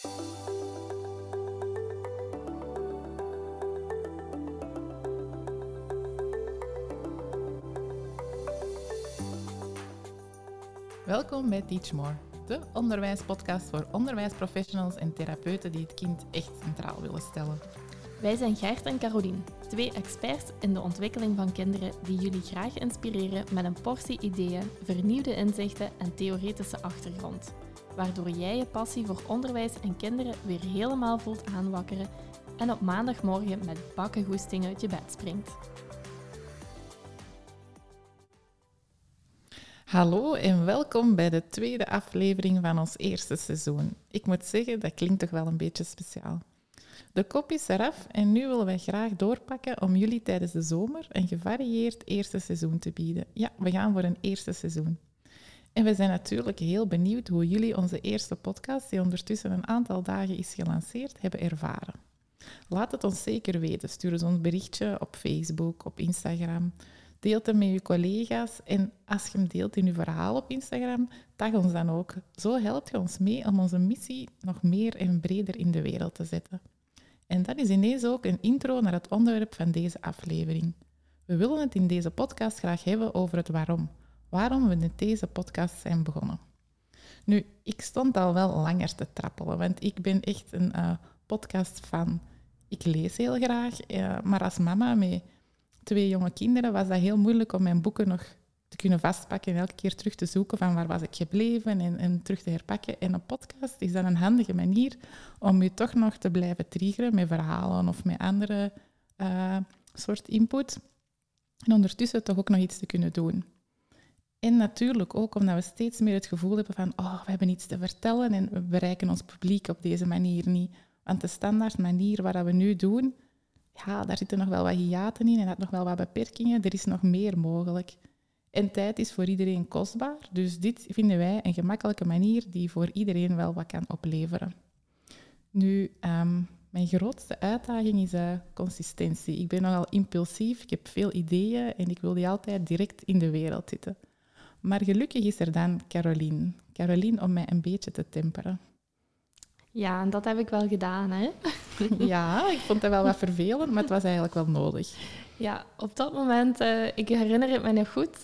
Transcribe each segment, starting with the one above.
Welkom bij Teach More, de onderwijspodcast voor onderwijsprofessionals en therapeuten die het kind echt centraal willen stellen. Wij zijn Gert en Carolien, 2 experts in de ontwikkeling van kinderen die jullie graag inspireren met een portie ideeën, vernieuwde inzichten en theoretische achtergrond. Waardoor jij je passie voor onderwijs en kinderen weer helemaal voelt aanwakkeren en op maandagmorgen met bakkengoesting uit je bed springt. Hallo en welkom bij de tweede aflevering van ons eerste seizoen. Ik moet zeggen, dat klinkt toch wel een beetje speciaal. De kop is eraf en nu willen wij graag doorpakken om jullie tijdens de zomer een gevarieerd eerste seizoen te bieden. Ja, we gaan voor een eerste seizoen. En we zijn natuurlijk heel benieuwd hoe jullie onze eerste podcast, die ondertussen een aantal dagen is gelanceerd, hebben ervaren. Laat het ons zeker weten. Stuur ons een berichtje op Facebook, op Instagram. Deel het met je collega's en als je hem deelt in je verhaal op Instagram, tag ons dan ook. Zo helpt je ons mee om onze missie nog meer en breder in de wereld te zetten. En dat is ineens ook een intro naar het onderwerp van deze aflevering. We willen het in deze podcast graag hebben over het waarom. Waarom we met deze podcast zijn begonnen. Nu, ik stond al wel langer te trappelen, want ik ben echt een podcastfan. Ik lees heel graag, maar als mama met 2 jonge kinderen was dat heel moeilijk om mijn boeken nog te kunnen vastpakken en elke keer terug te zoeken van waar was ik gebleven en terug te herpakken. En een podcast is dan een handige manier om je toch nog te blijven triggeren met verhalen of met andere soort input. En ondertussen toch ook nog iets te kunnen doen. En natuurlijk ook omdat we steeds meer het gevoel hebben van we hebben iets te vertellen en we bereiken ons publiek op deze manier niet. Want de standaard manier waar we nu doen, ja, daar zitten nog wel wat hiaten in en dat nog wel wat beperkingen. Er is nog meer mogelijk. En tijd is voor iedereen kostbaar, dus dit vinden wij een gemakkelijke manier die voor iedereen wel wat kan opleveren. Nu, mijn grootste uitdaging is consistentie. Ik ben nogal impulsief, ik heb veel ideeën en ik wil die altijd direct in de wereld zetten. Maar gelukkig is er dan Carolien. Carolien om mij een beetje te temperen. Ja, en dat heb ik wel gedaan, hè? Ja, ik vond dat wel wat vervelend, maar het was eigenlijk wel nodig. Ja, op dat moment, ik herinner het me nog goed,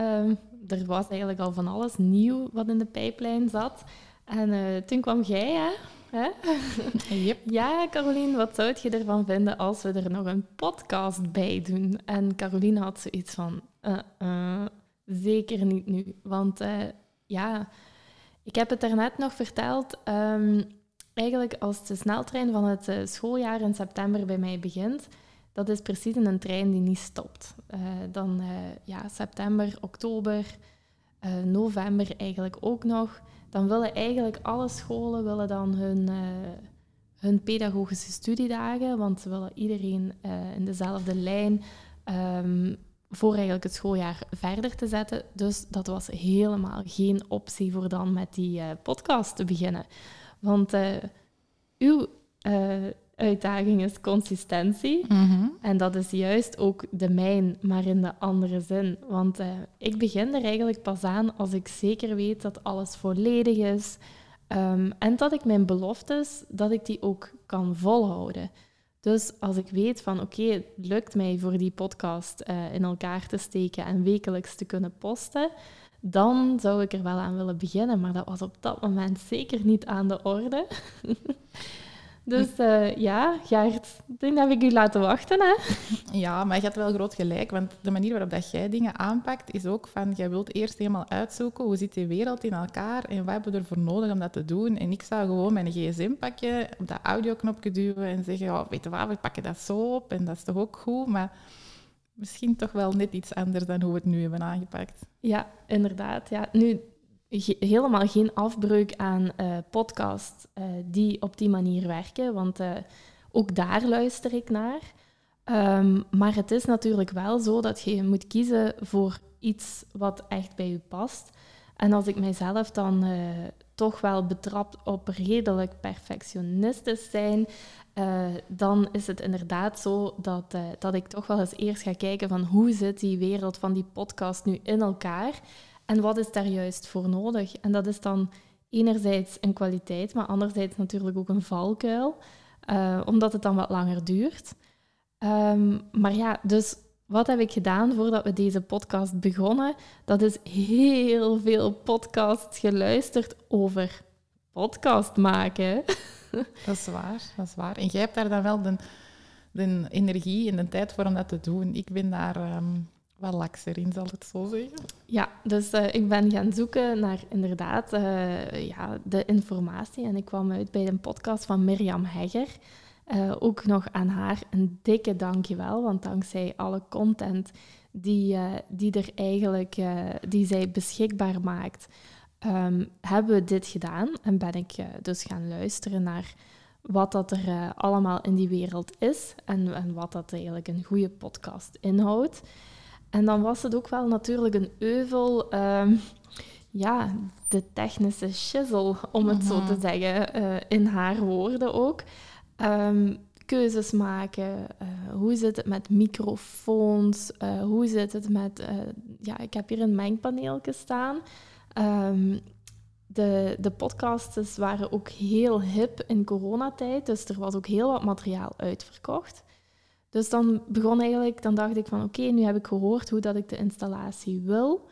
er was eigenlijk al van alles nieuw wat in de pijplijn zat. En toen kwam jij, hè? Yep. Ja, Carolien, wat zou je ervan vinden als we er nog een podcast bij doen? En Carolien had zoiets van, zeker niet nu. Want ik heb het daarnet nog verteld. Eigenlijk als de sneltrein van het schooljaar in september bij mij begint, dat is precies een trein die niet stopt. Dan september, oktober, november eigenlijk ook nog. Dan willen eigenlijk alle scholen dan hun pedagogische studiedagen, want ze willen iedereen in dezelfde lijn voor eigenlijk het schooljaar verder te zetten. Dus dat was helemaal geen optie voor dan met die podcast te beginnen. Want uw uitdaging is consistentie. Mm-hmm. En dat is juist ook de mijn, maar in de andere zin. Want ik begin er eigenlijk pas aan als ik zeker weet dat alles volledig is. En dat ik mijn beloftes, dat ik die ook kan volhouden. Dus als ik weet van het lukt mij voor die podcast in elkaar te steken en wekelijks te kunnen posten, dan zou ik er wel aan willen beginnen. Maar dat was op dat moment zeker niet aan de orde. Dus Gert, toen heb ik u laten wachten, hè? Ja, maar je had wel groot gelijk, want de manier waarop dat jij dingen aanpakt is ook van, jij wilt eerst helemaal uitzoeken hoe zit die wereld in elkaar en wat hebben we ervoor nodig om dat te doen. En ik zou gewoon mijn gsm pakken, op dat audioknopje duwen en zeggen, weet je wat, we pakken dat zo op en dat is toch ook goed, maar misschien toch wel net iets anders dan hoe we het nu hebben aangepakt. Ja, inderdaad. Ja. Nu, helemaal geen afbreuk aan podcasts die op die manier werken, want ook daar luister ik naar. Maar het is natuurlijk wel zo dat je moet kiezen voor iets wat echt bij je past. En als ik mijzelf dan toch wel betrap op redelijk perfectionistisch zijn, dan is het inderdaad zo dat ik toch wel eens eerst ga kijken van hoe zit die wereld van die podcast nu in elkaar en wat is daar juist voor nodig. En dat is dan enerzijds een kwaliteit, maar anderzijds natuurlijk ook een valkuil, omdat het dan wat langer duurt. Maar ja, dus wat heb ik gedaan voordat we deze podcast begonnen? Dat is heel veel podcasts geluisterd over podcast maken. Dat is waar. En jij hebt daar dan wel de energie en de tijd voor om dat te doen. Ik ben daar wel lakser in, zal ik zo zeggen. Ja, dus ik ben gaan zoeken naar inderdaad de informatie. En ik kwam uit bij een podcast van Mirjam Hegger. Ook nog aan haar een dikke dankjewel, want dankzij alle content die zij beschikbaar maakt, hebben we dit gedaan. En ben ik dus gaan luisteren naar wat dat er allemaal in die wereld is en wat dat eigenlijk een goede podcast inhoudt. En dan was het ook wel natuurlijk een euvel, de technische shizzle, om het zo te zeggen, in haar woorden ook. Keuzes maken, hoe zit het met microfoons, hoe zit het met... ik heb hier een mengpaneeltje staan. De podcasts waren ook heel hip in coronatijd, dus er was ook heel wat materiaal uitverkocht. Dus dan dacht ik van oké, nu heb ik gehoord hoe dat ik de installatie wil.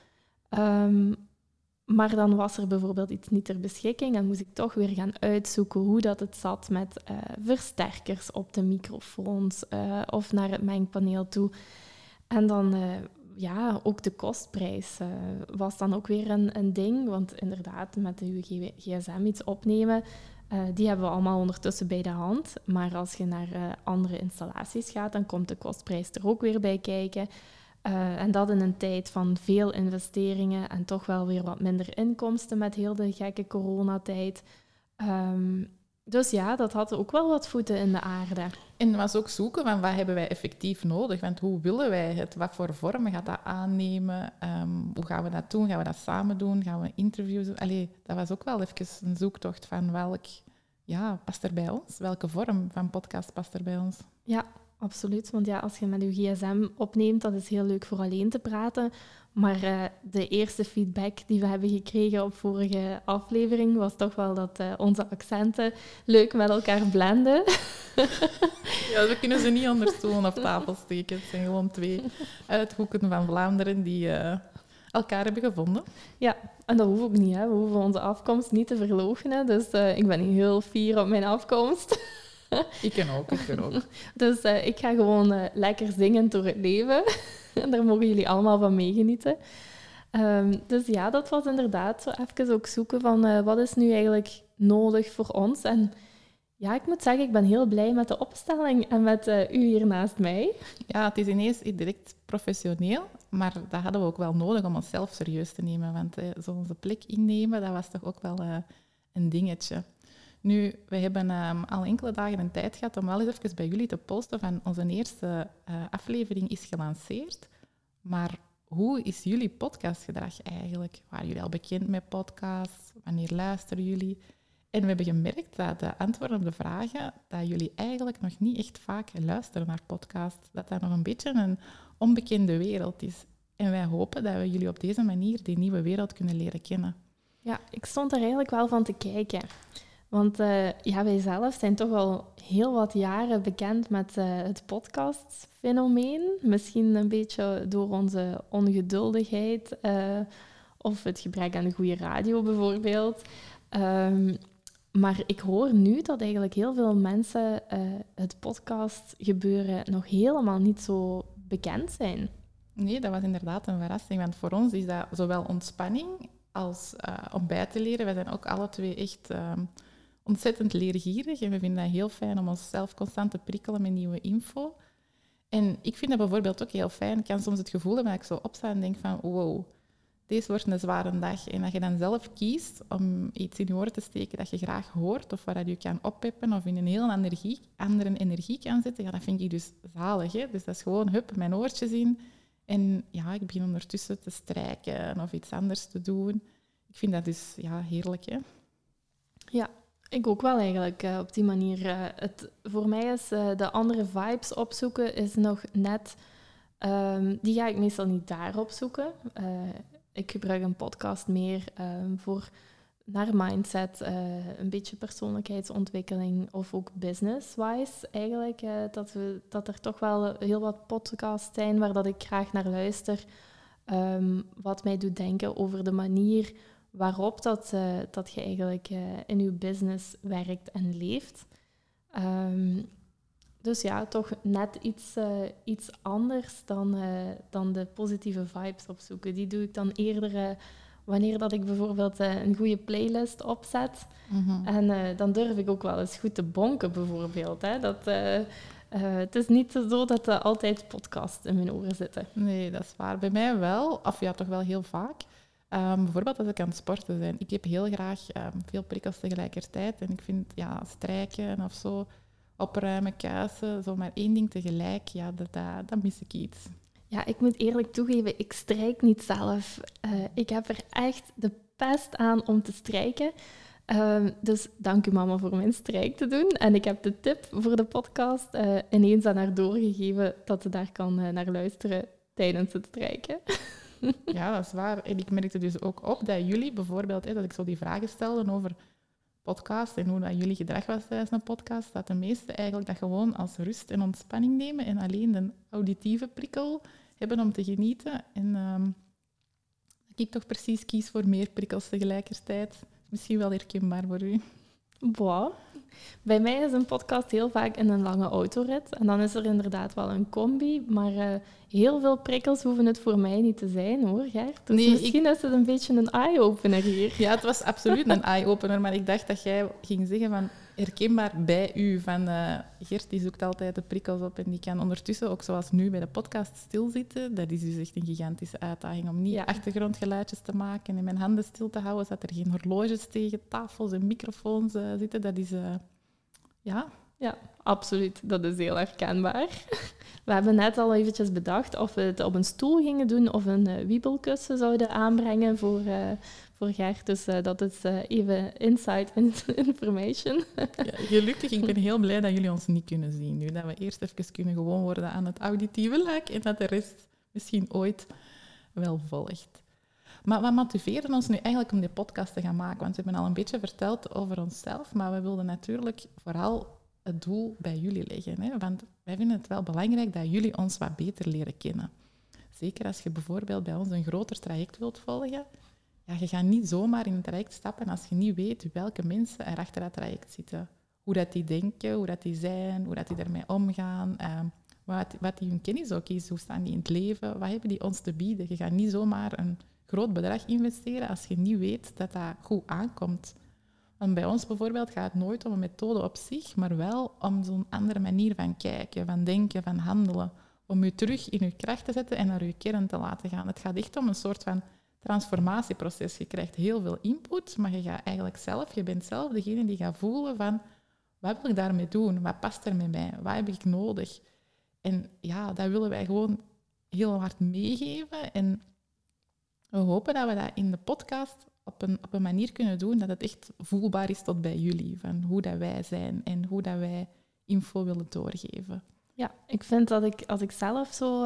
Maar dan was er bijvoorbeeld iets niet ter beschikking en moest ik toch weer gaan uitzoeken hoe dat het zat met versterkers op de microfoons of naar het mengpaneel toe. En dan, ook de kostprijs was dan ook weer een ding, want inderdaad, met de gsm iets opnemen, die hebben we allemaal ondertussen bij de hand. Maar als je naar andere installaties gaat, dan komt de kostprijs er ook weer bij kijken. En dat in een tijd van veel investeringen en toch wel weer wat minder inkomsten met heel de gekke coronatijd. Dus ja, dat had ook wel wat voeten in de aarde. En was ook zoeken van wat hebben wij effectief nodig? Want hoe willen wij het? Wat voor vormen gaat dat aannemen? Hoe gaan we dat doen? Gaan we dat samen doen? Gaan we interviews doen? Allee, dat was ook wel even een zoektocht van past er bij ons? Welke vorm van podcast past er bij ons? Ja, absoluut. Want ja, als je met je gsm opneemt, dat is heel leuk voor alleen te praten. Maar de eerste feedback die we hebben gekregen op vorige aflevering was toch wel dat onze accenten leuk met elkaar blenden. Ja, we kunnen ze niet onder stoelen of tafel steken. Het zijn gewoon twee uithoeken van Vlaanderen die elkaar hebben gevonden. Ja, en dat hoeft ook niet. Hè. We hoeven onze afkomst niet te verloochenen. Dus ik ben heel fier op mijn afkomst. Ik kan ook. Dus ik ga gewoon lekker zingend door het leven. En daar mogen jullie allemaal van meegenieten. Dus ja, dat was inderdaad zo even ook zoeken van wat is nu eigenlijk nodig voor ons. En ja, ik moet zeggen, ik ben heel blij met de opstelling en met u hier naast mij. Ja, het is ineens direct professioneel, maar dat hadden we ook wel nodig om onszelf serieus te nemen. Want zo onze plek innemen, dat was toch ook wel een dingetje. Nu, we hebben al enkele dagen een tijd gehad om wel eens even bij jullie te posten van onze eerste aflevering is gelanceerd. Maar hoe is jullie podcastgedrag eigenlijk? Waren jullie al bekend met podcasts? Wanneer luisteren jullie? En we hebben gemerkt dat de antwoorden op de vragen, dat jullie eigenlijk nog niet echt vaak luisteren naar podcasts. Dat dat nog een beetje een onbekende wereld is. En wij hopen dat we jullie op deze manier die nieuwe wereld kunnen leren kennen. Ja, ik stond er eigenlijk wel van te kijken. Want wij zelf zijn toch wel heel wat jaren bekend met het podcastfenomeen. Misschien een beetje door onze ongeduldigheid of het gebrek aan de goede radio bijvoorbeeld. Maar ik hoor nu dat eigenlijk heel veel mensen het podcastgebeuren nog helemaal niet zo bekend zijn. Nee, dat was inderdaad een verrassing. Want voor ons is dat zowel ontspanning als om bij te leren. Wij zijn ook alle twee echt ontzettend leergierig. En we vinden dat heel fijn om onszelf constant te prikkelen met nieuwe info. En ik vind dat bijvoorbeeld ook heel fijn. Ik kan soms het gevoel hebben dat ik zo opsta en denk van wow, deze wordt een zware dag. En dat je dan zelf kiest om iets in je oren te steken dat je graag hoort of waar je kan oppeppen of in een heel andere energie kan zetten, ja, dat vind ik dus zalig. Hè? Dus dat is gewoon mijn oortjes in. En ja, ik begin ondertussen te strijken of iets anders te doen. Ik vind dat dus heerlijk. Hè? Ja, ik ook wel eigenlijk op die manier. Voor mij is de andere vibes opzoeken is nog net... die ga ik meestal niet daarop zoeken. Ik gebruik een podcast meer voor naar mindset, een beetje persoonlijkheidsontwikkeling of ook business-wise eigenlijk. Dat er toch wel heel wat podcasts zijn waar dat ik graag naar luister. Wat mij doet denken over de manier waarop dat je eigenlijk in je business werkt en leeft. Dus ja, toch net iets anders dan de positieve vibes opzoeken. Die doe ik dan eerder wanneer dat ik bijvoorbeeld een goede playlist opzet. Mhm. En dan durf ik ook wel eens goed te bonken bijvoorbeeld. Hè. Het is niet zo dat er altijd podcasts in mijn oren zitten. Nee, dat is waar. Bij mij wel, of ja, toch wel heel vaak. Bijvoorbeeld als ik aan het sporten ben. Ik heb heel graag veel prikkels tegelijkertijd. En ik vind strijken of zo, opruimen, kuisen, zo maar één ding tegelijk, ja, dat mis ik iets. Ja, ik moet eerlijk toegeven, ik strijk niet zelf. Ik heb er echt de pest aan om te strijken. Dus dank u mama voor mijn strijk te doen. En ik heb de tip voor de podcast ineens aan haar doorgegeven dat ze daar kan naar luisteren tijdens het strijken. Ja, dat is waar. En ik merkte dus ook op dat jullie bijvoorbeeld, dat ik zo die vragen stelde over podcast en hoe dat jullie gedrag was tijdens een podcast, dat de meesten eigenlijk dat gewoon als rust en ontspanning nemen en alleen de auditieve prikkel hebben om te genieten. En dat ik toch precies kies voor meer prikkels tegelijkertijd. Misschien wel herkenbaar voor u. Wow. Bij mij is een podcast heel vaak in een lange autorit. En dan is er inderdaad wel een combi. Maar heel veel prikkels hoeven het voor mij niet te zijn, hoor, Gert. Dus Nee, misschien is het een beetje een eye-opener hier. Ja, het was absoluut een eye-opener, maar ik dacht dat jij ging zeggen van herkenbaar bij u. Van Gert die zoekt altijd de prikkels op en die kan ondertussen, ook zoals nu bij de podcast, stilzitten. Dat is dus echt een gigantische uitdaging om niet achtergrondgeluidjes te maken en mijn handen stil te houden, zodat er geen horloges tegen tafels en microfoons zitten. Dat is, ja... Ja, absoluut. Dat is heel herkenbaar. We hebben net al eventjes bedacht of we het op een stoel gingen doen of een wiebelkussen zouden aanbrengen voor Gert. Dus dat is even inside information. Ja, gelukkig, ik ben heel blij dat jullie ons niet kunnen zien nu. Dat we eerst even kunnen gewoon worden aan het auditieve luik en dat de rest misschien ooit wel volgt. Maar wat motiveerde ons nu eigenlijk om die podcast te gaan maken? Want we hebben al een beetje verteld over onszelf, maar we wilden natuurlijk vooral het doel bij jullie leggen. Hè? Want wij vinden het wel belangrijk dat jullie ons wat beter leren kennen. Zeker als je bijvoorbeeld bij ons een groter traject wilt volgen. Ja, je gaat niet zomaar in een traject stappen als je niet weet welke mensen er achter dat traject zitten. Hoe dat die denken, hoe dat die zijn, hoe dat die ermee omgaan. Wat die hun kennis ook is, hoe staan die in het leven, wat hebben die ons te bieden. Je gaat niet zomaar een groot bedrag investeren als je niet weet dat dat goed aankomt. Want bij ons bijvoorbeeld gaat het nooit om een methode op zich, maar wel om zo'n andere manier van kijken, van denken, van handelen. Om je terug in je kracht te zetten en naar je kern te laten gaan. Het gaat echt om een soort van transformatieproces. Je krijgt heel veel input, maar je bent zelf degene die gaat voelen van, wat wil ik daarmee doen? Wat past er met mij? Wat heb ik nodig? En ja, dat willen wij gewoon heel hard meegeven. En we hopen dat we dat in de podcast op een manier kunnen doen dat het echt voelbaar is tot bij jullie. Van hoe dat wij zijn en hoe dat wij info willen doorgeven. Ja, ik vind dat als ik zelf zo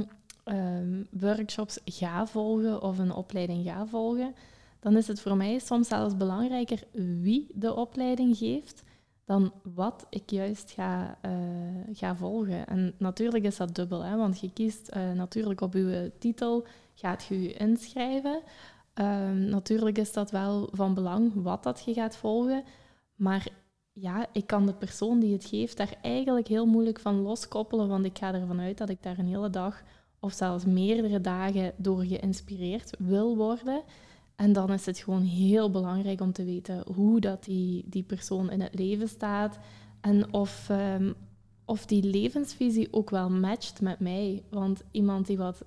workshops ga volgen of een opleiding ga volgen, dan is het voor mij soms zelfs belangrijker wie de opleiding geeft dan wat ik juist ga volgen. En natuurlijk is dat dubbel, hè, want je kiest natuurlijk op je titel, gaat je je inschrijven. Natuurlijk is dat wel van belang wat dat je gaat volgen, maar ja, ik kan de persoon die het geeft daar eigenlijk heel moeilijk van loskoppelen, want ik ga ervan uit dat ik daar een hele dag of zelfs meerdere dagen door geïnspireerd wil worden. En dan is het gewoon heel belangrijk om te weten hoe dat die persoon in het leven staat en of die levensvisie ook wel matcht met mij. Want iemand die wat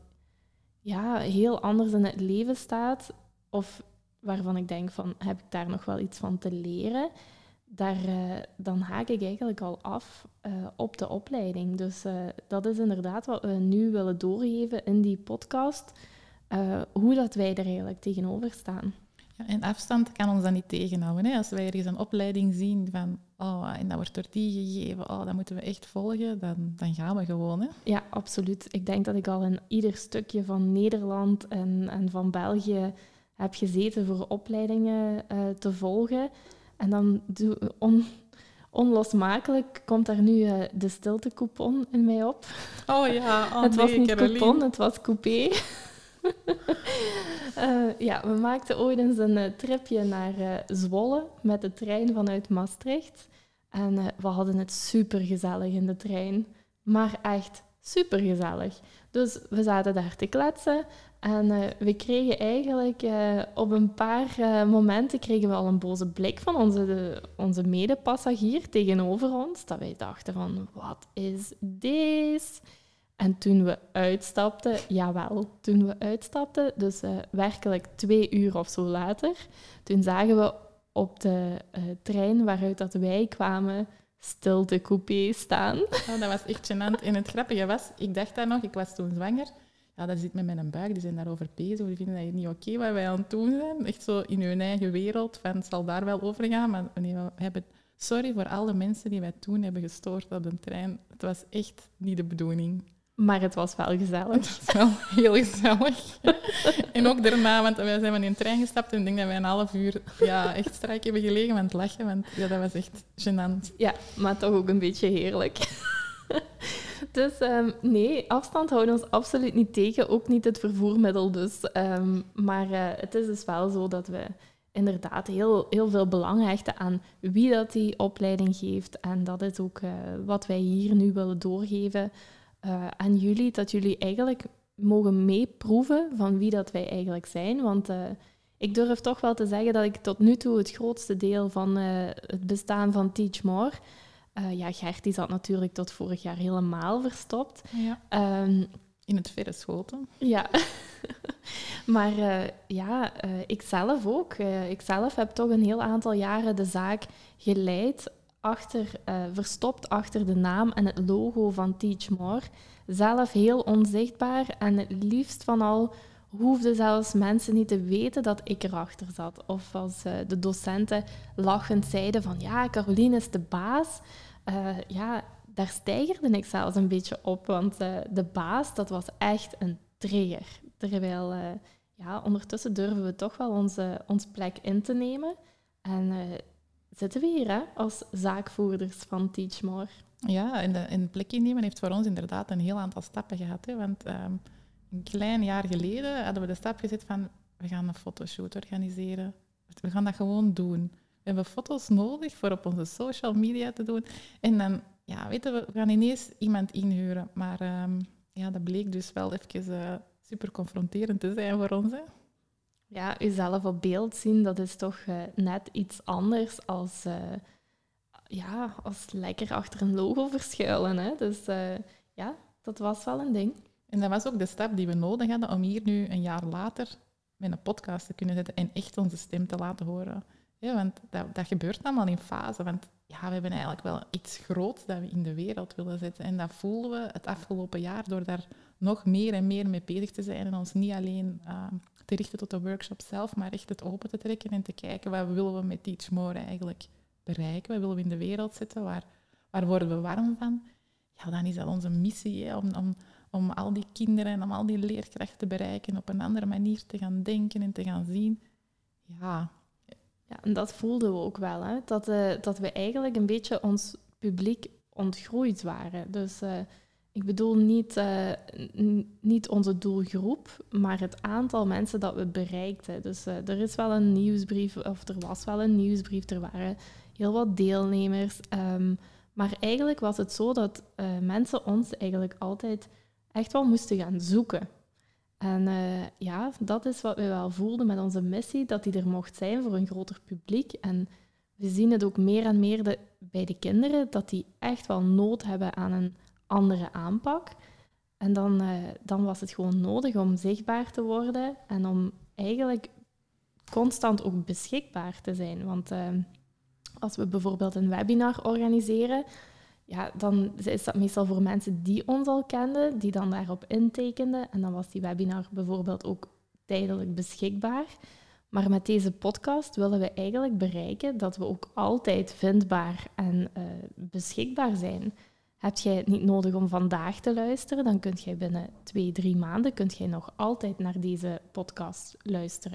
heel anders in het leven staat, of waarvan ik denk van, heb ik daar nog wel iets van te leren, dan haak ik eigenlijk al af op de opleiding. Dus dat is inderdaad wat we nu willen doorgeven in die podcast, hoe dat wij er eigenlijk tegenover staan. Ja, en afstand kan ons dan niet tegenhouden. Hè? Als wij ergens een opleiding zien van, en dat wordt door die gegeven, dat moeten we echt volgen, dan gaan we gewoon. Hè? Ja, absoluut. Ik denk dat ik al in ieder stukje van Nederland en van België heb gezeten voor opleidingen te volgen. En dan onlosmakelijk komt daar nu de stiltecoupon in mij op. Oh ja, het was niet Caroline. coupon, het was coupé. We maakten ooit eens een tripje naar Zwolle met de trein vanuit Maastricht. En we hadden het supergezellig in de trein. Maar echt supergezellig. Dus we zaten daar te kletsen. En we kregen eigenlijk op een paar momenten kregen we al een boze blik van onze medepassagier tegenover ons. Dat wij dachten van, wat is dit? En toen we uitstapten, dus werkelijk 2 uur of zo later, toen zagen we op de trein waaruit dat wij kwamen stiltecoupé staan. Oh, dat was echt gênant. En het grappige was, ik dacht dat nog, ik was toen zwanger. Ja, dat zit met mijn buik, die zijn daarover bezig. Die vinden dat niet oké wat wij aan het doen zijn. Echt zo in hun eigen wereld, van het zal daar wel over gaan. Maar nee, we hebben... Sorry voor alle mensen die wij toen hebben gestoord op de trein. Het was echt niet de bedoeling. Maar het was wel gezellig. Het was wel heel gezellig. En ook daarna, want wij zijn van in de trein gestapt en ik denk dat wij een half uur echt strak hebben gelegen van het lachen. Want ja, dat was echt gênant. Ja, maar toch ook een beetje heerlijk. Dus nee, afstand houden ons absoluut niet tegen. Ook niet het vervoermiddel dus. Maar het is dus wel zo dat we inderdaad heel veel belang hechten aan wie dat die opleiding geeft. En dat is ook wat wij hier nu willen doorgeven aan jullie. Dat jullie eigenlijk mogen meeproeven van wie dat wij eigenlijk zijn. Want ik durf toch wel te zeggen dat ik tot nu toe het grootste deel van het bestaan van Teach More... Gert die zat natuurlijk tot vorig jaar helemaal verstopt. Ja. In het verre schoten. Ja. Maar ik zelf ook. Ik zelf heb toch een heel aantal jaren de zaak geleid, verstopt achter de naam en het logo van Teach More. Zelf heel onzichtbaar en het liefst van al hoefden zelfs mensen niet te weten dat ik erachter zat. Of als de docenten lachend zeiden van ja, Caroline is de baas. Daar steigerde ik zelfs een beetje op, want de baas, dat was echt een trigger. Terwijl, ondertussen durven we toch wel onze plek in te nemen. En zitten we hier als zaakvoerders van Teach More. Ja, en plek innemen heeft voor ons inderdaad een heel aantal stappen gehad. Hè? Want een klein jaar geleden hadden we de stap gezet van we gaan een fotoshoot organiseren. We gaan dat gewoon doen. We hebben foto's nodig voor op onze social media te doen. En dan, we gaan ineens iemand inhuren. Maar dat bleek dus wel even super confronterend te zijn voor ons. Hè? Ja, uzelf op beeld zien, dat is toch net iets anders als lekker achter een logo verschuilen. Hè? Dus dat was wel een ding. En dat was ook de stap die we nodig hadden om hier nu een jaar later met een podcast te kunnen zetten en echt onze stem te laten horen. Ja, want dat gebeurt allemaal in fase. Want we hebben eigenlijk wel iets groots dat we in de wereld willen zetten. En dat voelden we het afgelopen jaar door daar nog meer en meer mee bezig te zijn. En ons niet alleen te richten tot de workshop zelf, maar echt het open te trekken en te kijken wat willen we met Teach More eigenlijk bereiken. Wat willen we in de wereld zetten? Waar worden we warm van? Ja, dan is dat onze missie, hè, om al die kinderen en om al die leerkrachten te bereiken, op een andere manier te gaan denken en te gaan zien. Ja, en dat voelden we ook wel, hè? Dat we eigenlijk een beetje ons publiek ontgroeid waren. Dus ik bedoel niet onze doelgroep, maar het aantal mensen dat we bereikten. Dus er is wel een nieuwsbrief, of er was wel een nieuwsbrief, er waren heel wat deelnemers. Maar eigenlijk was het zo dat mensen ons eigenlijk altijd echt wel moesten gaan zoeken. En dat is wat we wel voelden met onze missie, dat die er mocht zijn voor een groter publiek. En we zien het ook meer en meer bij de kinderen, dat die echt wel nood hebben aan een andere aanpak. En dan was het gewoon nodig om zichtbaar te worden en om eigenlijk constant ook beschikbaar te zijn. Want als we bijvoorbeeld een webinar organiseren, dan is dat meestal voor mensen die ons al kenden, die dan daarop intekenden. En dan was die webinar bijvoorbeeld ook tijdelijk beschikbaar. Maar met deze podcast willen we eigenlijk bereiken dat we ook altijd vindbaar en beschikbaar zijn. Heb jij het niet nodig om vandaag te luisteren, dan kun jij binnen 2-3 maanden nog altijd naar deze podcast luisteren.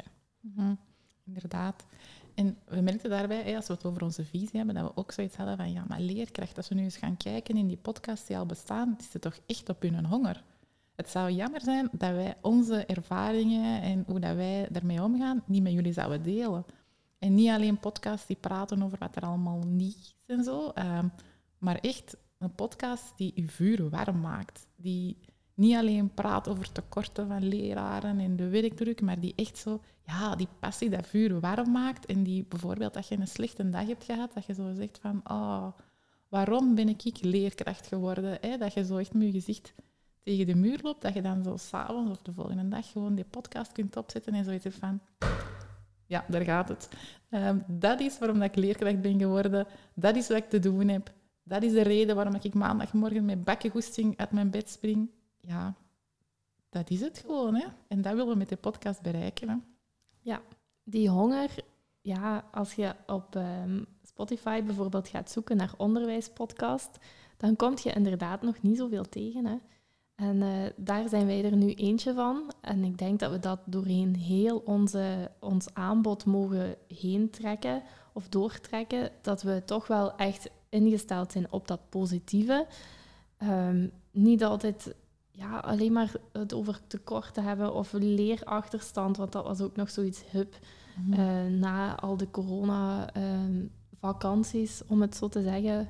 Inderdaad. En we merkten daarbij, als we het over onze visie hebben, dat we ook zoiets hadden van, ja, maar leerkracht, als we nu eens gaan kijken in die podcasts die al bestaan, het is het toch echt op hun honger. Het zou jammer zijn dat wij onze ervaringen en hoe dat wij daarmee omgaan, niet met jullie zouden delen. En niet alleen podcasts die praten over wat er allemaal niet is en zo, maar echt een podcast die uw vuur warm maakt. Die niet alleen praat over tekorten van leraren en de werkdruk, maar die echt zo, ja, die passie, dat vuur warm maakt. En die bijvoorbeeld, dat je een slechte dag hebt gehad, dat je zo zegt van, waarom ben ik leerkracht geworden? Hè? Dat je zo echt met je gezicht tegen de muur loopt, dat je dan zo 's avonds of de volgende dag gewoon die podcast kunt opzetten en zoiets hebt van, ja, daar gaat het. Dat is waarom dat ik leerkracht ben geworden. Dat is wat ik te doen heb. Dat is de reden waarom ik maandagmorgen met bakkengoesting uit mijn bed spring. Ja, dat is het gewoon, hè. En dat willen we met de podcast bereiken, hè. Ja, die honger, ja, als je op Spotify bijvoorbeeld gaat zoeken naar onderwijspodcast, dan kom je inderdaad nog niet zoveel tegen, hè. En daar zijn wij er nu eentje van. En ik denk dat we dat doorheen heel ons aanbod mogen heen trekken of doortrekken. Dat we toch wel echt ingesteld zijn op dat positieve. Niet altijd alleen maar het over tekort te hebben of leerachterstand, want dat was ook nog zoiets hip na al de corona-vakanties, om het zo te zeggen.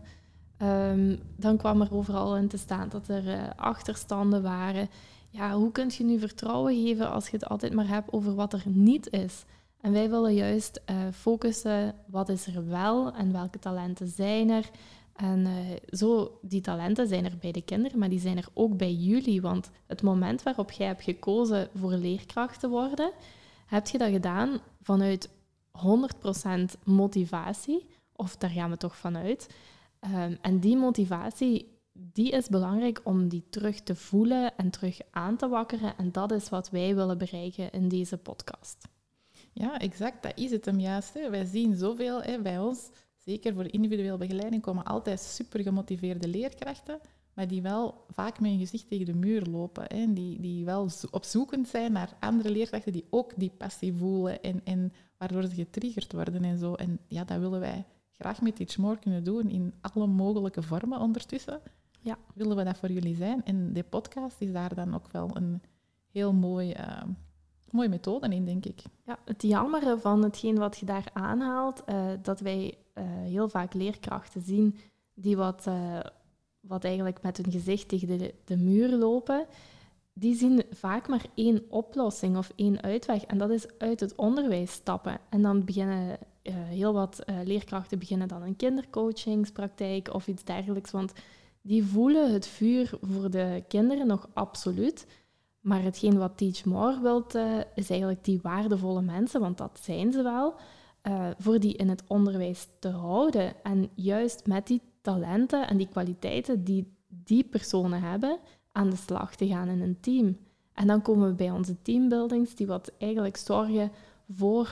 Dan kwam er overal in te staan dat er achterstanden waren. Ja, hoe kun je nu vertrouwen geven als je het altijd maar hebt over wat er niet is? En wij willen juist focussen, wat is er wel en welke talenten zijn er? En zo, die talenten zijn er bij de kinderen, maar die zijn er ook bij jullie. Want het moment waarop jij hebt gekozen voor leerkracht te worden, heb je dat gedaan vanuit 100% motivatie. Of daar gaan we toch vanuit. En die motivatie, die is belangrijk om die terug te voelen en terug aan te wakkeren. En dat is wat wij willen bereiken in deze podcast. Ja, exact. Dat is het hem juist. Hè. Wij zien zoveel bij ons, zeker voor individuele begeleiding, komen altijd super gemotiveerde leerkrachten, maar die wel vaak met hun gezicht tegen de muur lopen. Hè. Die wel opzoekend zijn naar andere leerkrachten die ook die passie voelen en waardoor ze getriggerd worden en zo. En ja, dat willen wij graag met Teach More kunnen doen in alle mogelijke vormen ondertussen. Ja. Willen we dat voor jullie zijn. En de podcast is daar dan ook wel een heel mooie methode in, denk ik. Ja, het jammere van hetgeen wat je daar aanhaalt, dat wij heel vaak leerkrachten zien die wat eigenlijk met hun gezicht tegen de muur lopen, die zien vaak maar één oplossing of één uitweg. En dat is uit het onderwijs stappen. En dan beginnen heel wat leerkrachten beginnen dan een kindercoachingspraktijk of iets dergelijks, want die voelen het vuur voor de kinderen nog absoluut. Maar hetgeen wat Teach More wilt, is eigenlijk die waardevolle mensen, want dat zijn ze wel, voor die in het onderwijs te houden. En juist met die talenten en die kwaliteiten die personen hebben, aan de slag te gaan in een team. En dan komen we bij onze teambuildings, die wat eigenlijk zorgen voor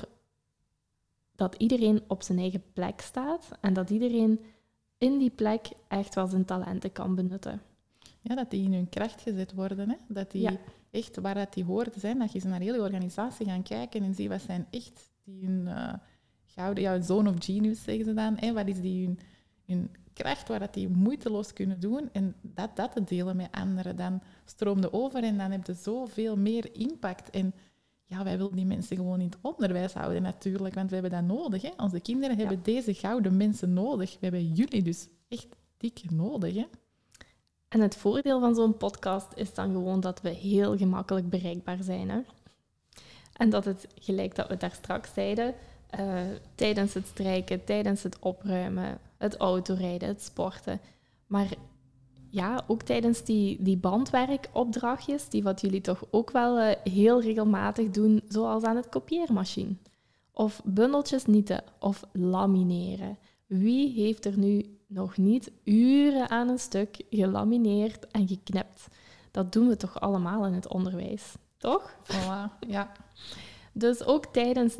dat iedereen op zijn eigen plek staat en dat iedereen in die plek echt wel zijn talenten kan benutten. Ja, dat die in hun kracht gezet worden. Hè? Dat die echt, waar dat die horen te zijn, dat je ze naar de hele organisatie gaan kijken en zien wat zijn echt die hun gouden zone of genius, zeggen ze dan. Hè? Wat is die hun kracht, waar dat die moeiteloos kunnen doen en dat te delen met anderen. Dan stroomde over en dan heb je zoveel meer impact. En ja, wij willen die mensen gewoon in het onderwijs houden natuurlijk, want we hebben dat nodig. Hè? Onze kinderen hebben deze gouden mensen nodig. We hebben jullie dus echt dik nodig. Hè? En het voordeel van zo'n podcast is dan gewoon dat we heel gemakkelijk bereikbaar zijn. Hè? En dat het, gelijk dat we daar straks zeiden, tijdens het strijken, tijdens het opruimen, het autorijden, het sporten. Maar ja, ook tijdens die bandwerkopdrachtjes, die wat jullie toch ook wel heel regelmatig doen, zoals aan het kopieermachine. Of bundeltjes nieten of lamineren. Wie heeft er nu nog niet uren aan een stuk gelamineerd en geknipt? Dat doen we toch allemaal in het onderwijs, toch? Voilà, ja. Dus ook tijdens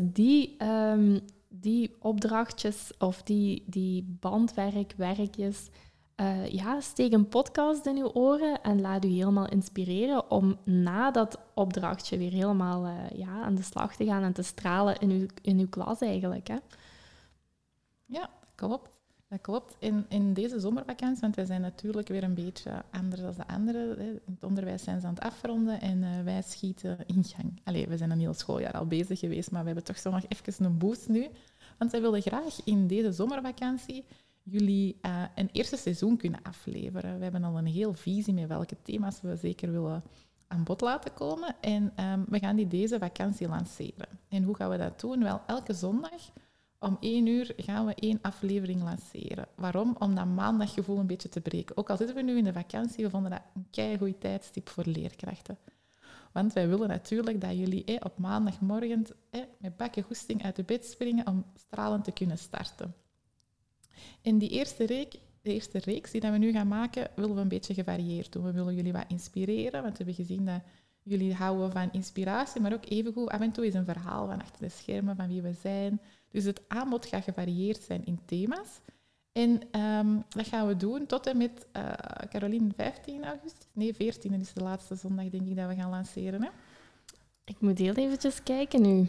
die opdrachtjes of die bandwerkjes, steek een podcast in uw oren en laat u helemaal inspireren om na dat opdrachtje weer helemaal aan de slag te gaan en te stralen in uw klas eigenlijk. Hè? Ja, dat klopt. In deze zomervakantie, want wij zijn natuurlijk weer een beetje anders dan de anderen. Hè. In het onderwijs zijn ze aan het afronden en wij schieten in gang. Allee, we zijn een heel schooljaar al bezig geweest, maar we hebben toch zo nog even een boost nu. Want wij willen graag in deze zomervakantie jullie een eerste seizoen kunnen afleveren. We hebben al een heel visie met welke thema's we zeker willen aan bod laten komen. En we gaan die deze vakantie lanceren. En hoe gaan we dat doen? Wel, elke zondag om 1 uur gaan we 1 aflevering lanceren. Waarom? Om dat maandaggevoel een beetje te breken. Ook al zitten we nu in de vakantie, we vonden dat een keigoed tijdstip voor leerkrachten. Want wij willen natuurlijk dat jullie op maandagmorgen met bakken goesting uit de bed springen om stralend te kunnen starten. In die eerste reeks die we nu gaan maken, willen we een beetje gevarieerd doen. We willen jullie wat inspireren, want we hebben gezien dat jullie houden van inspiratie, maar ook evengoed af en toe is een verhaal van achter de schermen, van wie we zijn. Dus het aanbod gaat gevarieerd zijn in thema's. En dat gaan we doen tot en met, Caroline, 15 augustus? Nee, 14, dat is de laatste zondag, denk ik, dat we gaan lanceren. Hè? Ik moet heel eventjes kijken nu.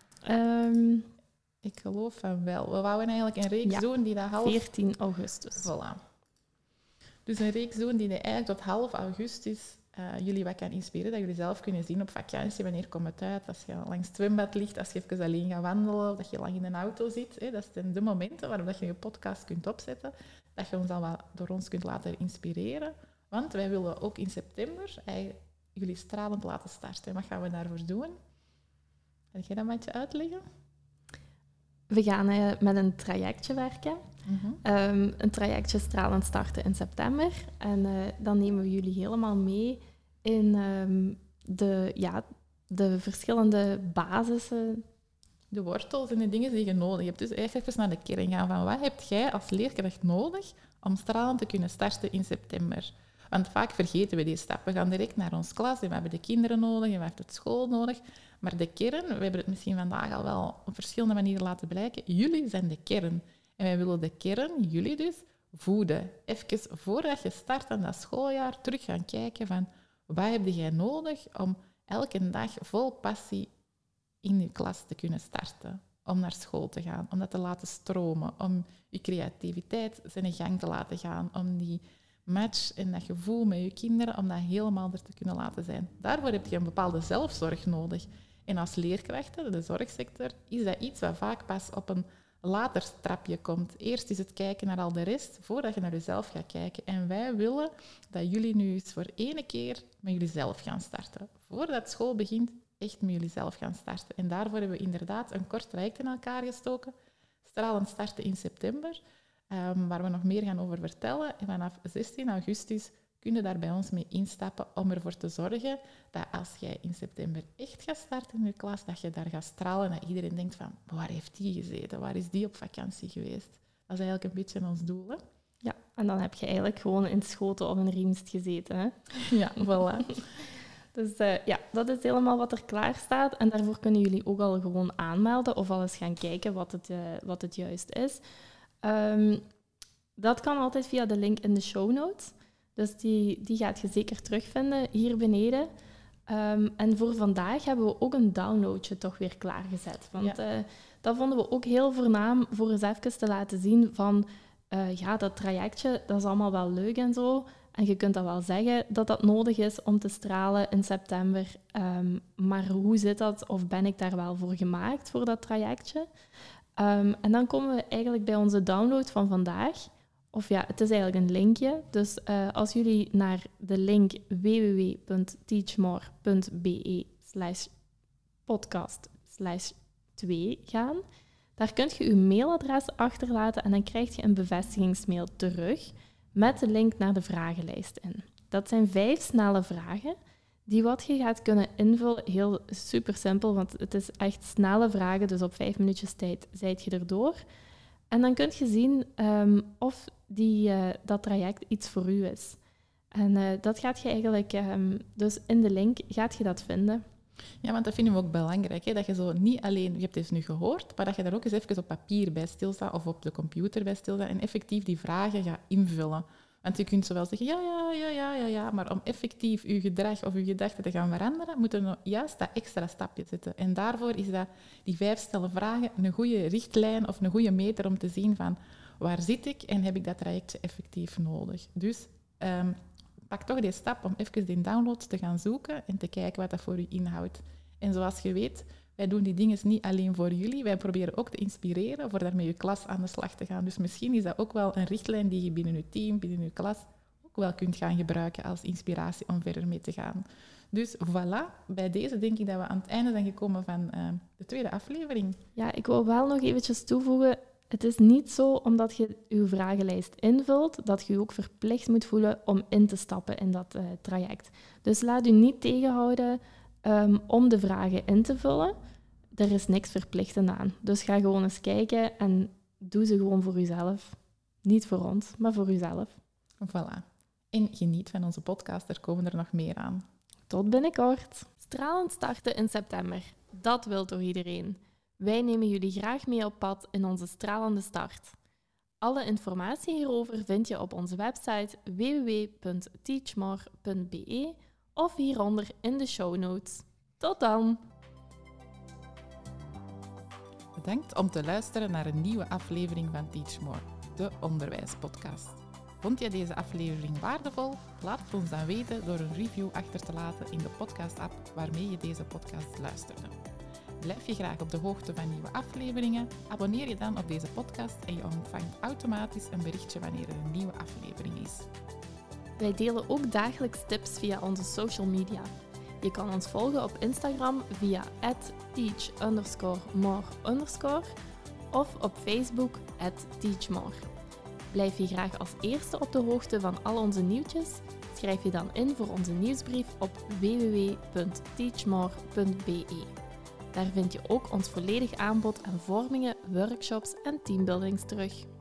Ik geloof van wel. We wouden eigenlijk een reeks doen die dat half... 14 augustus. Voilà. Dus een reeks doen die eigenlijk tot half augustus jullie wat kan inspireren, dat jullie zelf kunnen zien op vakantie, wanneer komt het uit, als je langs het zwembad ligt, als je even alleen gaat wandelen, of dat je lang in een auto zit. Hè. Dat zijn de momenten waarop je je podcast kunt opzetten, dat je ons al wat door ons kunt laten inspireren. Want wij willen ook in september jullie stralend laten starten. En wat gaan we daarvoor doen? Kan jij dat een beetje uitleggen? We gaan met een trajectje werken. Een trajectje stralend starten in september. En dan nemen we jullie helemaal mee in de verschillende basissen. De wortels en de dingen die je nodig hebt. Dus echt even naar de kern gaan van wat heb jij als leerkracht nodig om stralend te kunnen starten in september? Want vaak vergeten we die stap. We gaan direct naar ons klas en we hebben de kinderen nodig en we hebben het school nodig. Maar de kern, we hebben het misschien vandaag al wel op verschillende manieren laten blijken, jullie zijn de kern. En wij willen de kern, jullie dus, voeden. Even voordat je start aan dat schooljaar, terug gaan kijken van wat heb jij nodig om elke dag vol passie in je klas te kunnen starten. Om naar school te gaan, om dat te laten stromen, om je creativiteit zijn gang te laten gaan, om die match en dat gevoel met je kinderen, om dat helemaal er te kunnen laten zijn. Daarvoor heb je een bepaalde zelfzorg nodig. En als leerkrachten, de zorgsector, is dat iets wat vaak pas op een later trapje komt. Eerst is het kijken naar al de rest, voordat je naar jezelf gaat kijken. En wij willen dat jullie nu eens voor 1 keer met jullie zelf gaan starten. Voordat school begint, echt met jullie zelf gaan starten. En daarvoor hebben we inderdaad een kort traject in elkaar gestoken. Stralend starten in september, waar we nog meer gaan over vertellen. En vanaf 16 augustus kun je daar bij ons mee instappen om ervoor te zorgen dat als jij in september echt gaat starten in je klas, dat je daar gaat stralen en dat iedereen denkt van, waar heeft die gezeten? Waar is die op vakantie geweest? Dat is eigenlijk een beetje ons doel, hè? Ja, en dan heb je eigenlijk gewoon in Schoten of in Riemst gezeten, hè? Ja, voilà. Dus dat is helemaal wat er klaar staat. En daarvoor kunnen jullie ook al gewoon aanmelden of al eens gaan kijken wat het juist is. Dat kan altijd via de link in de show notes. Dus die gaat je zeker terugvinden hier beneden. En voor vandaag hebben we ook een downloadje toch weer klaargezet. Want dat vonden we ook heel voornaam voor eens even te laten zien van... dat trajectje, dat is allemaal wel leuk en zo. En je kunt dat wel zeggen dat dat nodig is om te stralen in september. Maar hoe zit dat? Of ben ik daar wel voor gemaakt, voor dat trajectje? En dan komen we eigenlijk bij onze download van vandaag... Of ja, het is eigenlijk een linkje. Dus als jullie naar de link www.teachmore.be/podcast/2 gaan, daar kunt je je mailadres achterlaten en dan krijg je een bevestigingsmail terug met de link naar de vragenlijst in. Dat zijn 5 snelle vragen die wat je gaat kunnen invullen. Heel super simpel, want het is echt snelle vragen, dus op 5 minuutjes tijd zijt je erdoor. En dan kun je zien of dat traject iets voor u is. En dat gaat je eigenlijk... dus in de link gaat je dat vinden. Ja, want dat vinden we ook belangrijk. Hè? Dat je zo niet alleen... Je hebt het nu gehoord, maar dat je daar ook eens even op papier bij stilstaat of op de computer bij stilstaat en effectief die vragen gaat invullen. Want je kunt zowel zeggen, ja, maar om effectief je gedrag of je gedachten te gaan veranderen, moet er juist dat extra stapje zetten. En daarvoor is dat die 5 stellen vragen een goede richtlijn of een goede meter om te zien van waar zit ik en heb ik dat trajectje effectief nodig. Dus pak toch die stap om even die downloads te gaan zoeken en te kijken wat dat voor u inhoudt. En zoals je weet, wij doen die dingen niet alleen voor jullie. Wij proberen ook te inspireren voor daarmee je klas aan de slag te gaan. Dus misschien is dat ook wel een richtlijn die je binnen je team, binnen je klas ook wel kunt gaan gebruiken als inspiratie om verder mee te gaan. Dus voilà, bij deze denk ik dat we aan het einde zijn gekomen van de tweede aflevering. Ja, ik wil wel nog eventjes toevoegen. Het is niet zo, omdat je je vragenlijst invult, dat je je ook verplicht moet voelen om in te stappen in dat traject. Dus laat u niet tegenhouden om de vragen in te vullen. Er is niks verplichtend aan. Dus ga gewoon eens kijken en doe ze gewoon voor uzelf. Niet voor ons, maar voor uzelf. Voilà. En geniet van onze podcast, er komen er nog meer aan. Tot binnenkort. Stralend starten in september. Dat wil toch iedereen? Wij nemen jullie graag mee op pad in onze stralende start. Alle informatie hierover vind je op onze website www.teachmore.be of hieronder in de show notes. Tot dan! Bedankt om te luisteren naar een nieuwe aflevering van Teach More, de onderwijspodcast. Vond je deze aflevering waardevol? Laat het ons dan weten door een review achter te laten in de podcast-app waarmee je deze podcast luisterde. Blijf je graag op de hoogte van nieuwe afleveringen? Abonneer je dan op deze podcast en je ontvangt automatisch een berichtje wanneer er een nieuwe aflevering is. Wij delen ook dagelijks tips via onze social media. Je kan ons volgen op Instagram via @teach_more_ of op Facebook @teachmore. Blijf je graag als eerste op de hoogte van al onze nieuwtjes? Schrijf je dan in voor onze nieuwsbrief op www.teachmore.be. Daar vind je ook ons volledig aanbod aan vormingen, workshops en teambuildings terug.